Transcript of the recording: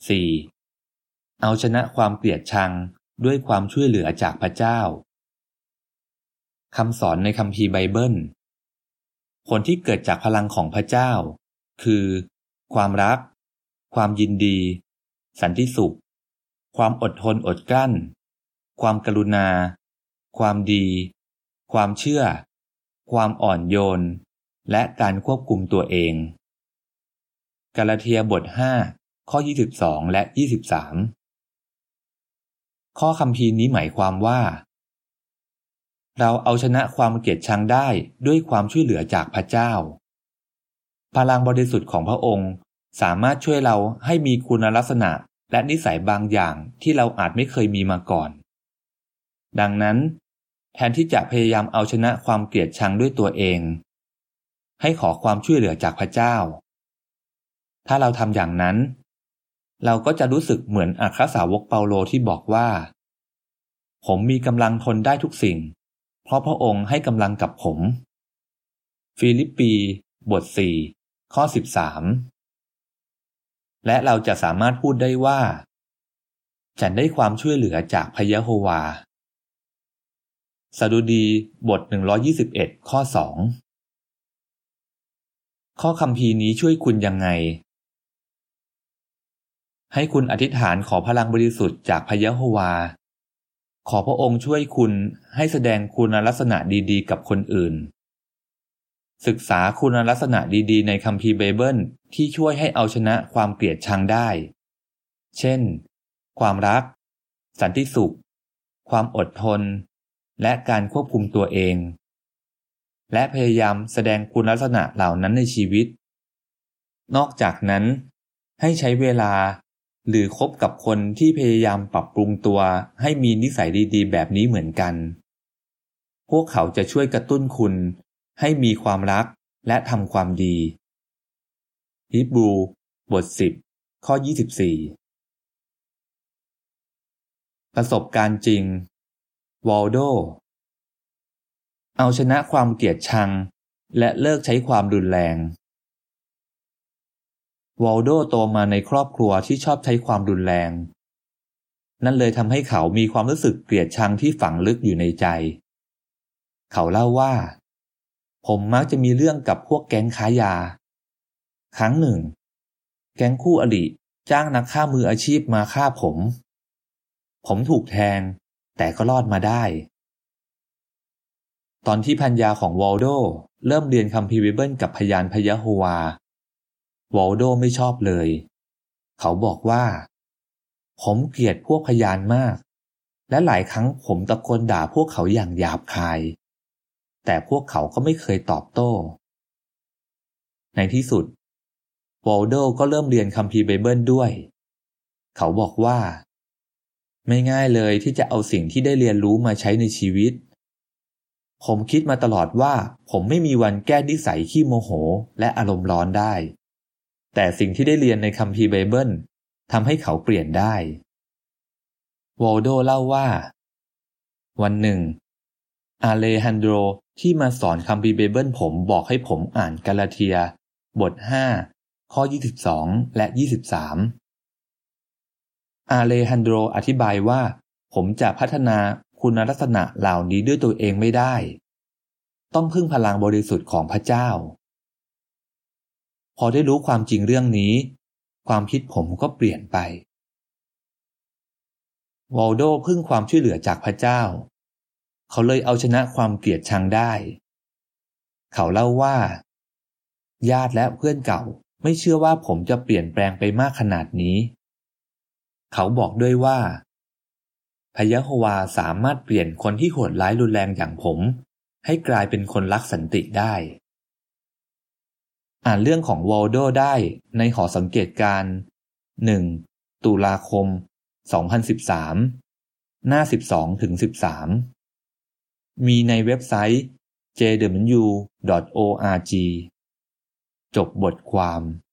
4. เอาชนะความเกลียดชังด้วยความช่วยเหลือจากพระเจ้าคำสอนในคัมภีร์ไบเบิลผลที่เกิดจากพลังของพระเจ้าคือความรักความยินดีสันติสุขความอดทนอดกลั้นความกรุณาความดีความเชื่อความอ่อนโยนและการควบคุมตัวเองกาลาเทียบท5ข้อ22และ23ข้อคัมภีร์นี้หมายความว่าเราเอาชนะความเกลียดชังได้ด้วยความช่วยเหลือจากพระเจ้าพลังบริสุทธิ์ของพระองค์สามารถช่วยเราให้มีคุณลักษณะและนิสัยบางอย่างที่เราอาจไม่เคยมีมาก่อนดังนั้นแทนที่จะพยายามเอาชนะความเกลียดชังด้วยตัวเองให้ขอความช่วยเหลือจากพระเจ้าถ้าเราทำอย่างนั้นเราก็จะรู้สึกเหมือนอัครสาวกเปาโลที่บอกว่าผมมีกำลังทนได้ทุกสิ่งเพราะพระองค์ให้กำลังกับผมฟิลิปปีบท4ข้อ13และเราจะสามารถพูดได้ว่าฉันได้ความช่วยเหลือจากพระยะโฮวาสดุดีบท121ข้อ2ข้อคัมภีร์นี้ช่วยคุณยังไงให้คุณอธิษฐานขอพลังบริสุทธิ์จากพระยะโฮวาขอพระองค์ช่วยคุณให้แสดงคุณลักษณะดีๆกับคนอื่นศึกษาคุณลักษณะดีๆในคัมภีร์ไบเบิลที่ช่วยให้เอาชนะความเกลียดชังได้เช่นความรักสันติสุขความอดทนและการควบคุมตัวเองและพยายามแสดงคุณลักษณะเหล่านั้นในชีวิตนอกจากนั้นให้ใช้เวลาหรือคบกับคนที่พยายามปรับปรุงตัวให้มีนิสัยดีๆแบบนี้เหมือนกันพวกเขาจะช่วยกระตุ้นคุณให้มีความรักและทำความดีฮีบรูบท10ข้อ24ประสบการณ์จริงวอลโดเอาชนะความเกลียดชังและเลิกใช้ความรุนแรงวอลโดโตมาในครอบครัวที่ชอบใช้ความรุนแรงนั่นเลยทำให้เขามีความรู้สึกเกลียดชังที่ฝังลึกอยู่ในใจเขาเล่าว่าผมมักจะมีเรื่องกับพวกแก๊งค้ายาครั้งหนึ่งแก๊งคู่อริจ้างนักฆ่ามืออาชีพมาฆ่าผมถูกแทงแต่ก็รอดมาได้ตอนที่ภรรยาของวอลโดเริ่มเรียนคัมภีร์ไบเบิลกับพยานพระยะโฮวาวอลโดไม่ชอบเลยเขาบอกว่าผมเกลียดพวกพยานมากและหลายครั้งผมตะโกนด่าพวกเขาอย่างหยาบคายแต่พวกเขาก็ไม่เคยตอบโต้ในที่สุดวอลโดก็เริ่มเรียนคัมภีร์ไบเบิลด้วยเขาบอกว่าไม่ง่ายเลยที่จะเอาสิ่งที่ได้เรียนรู้มาใช้ในชีวิตผมคิดมาตลอดว่าผมไม่มีวันแก้นิสัยขี้โมโหและอารมณ์ร้อนได้แต่สิ่งที่ได้เรียนในคัมภีร์ไบเบิลทำให้เขาเปลี่ยนได้วอลโดเล่าว่าวันหนึ่งอาเลฮันโดรที่มาสอนคัมภีร์ไบเบิลผมบอกให้ผมอ่านกาลาเทียบท5ข้อ22และ23อาเลฮันโดรอธิบายว่าผมจะพัฒนาคุณลักษณะเหล่านี้ด้วยตัวเองไม่ได้ต้องพึ่งพลังบริสุทธิ์ของพระเจ้าพอได้รู้ความจริงเรื่องนี้ความคิดผมก็เปลี่ยนไปวอลโดพึ่งความช่วยเหลือจากพระเจ้าเขาเลยเอาชนะความเกลียดชังได้เขาเล่าว่าญาติและเพื่อนเก่าไม่เชื่อว่าผมจะเปลี่ยนแปลงไปมากขนาดนี้เขาบอกด้วยว่าพระยะโฮวาสามารถเปลี่ยนคนที่โหดร้ายรุนแรงอย่างผมให้กลายเป็นคนรักสันติได้อ่านเรื่องของวอลโดได้ในหอสังเกตการณ์1ตุลาคม2013หน้า12-13มีในเว็บไซต์ jw.org จบบทความ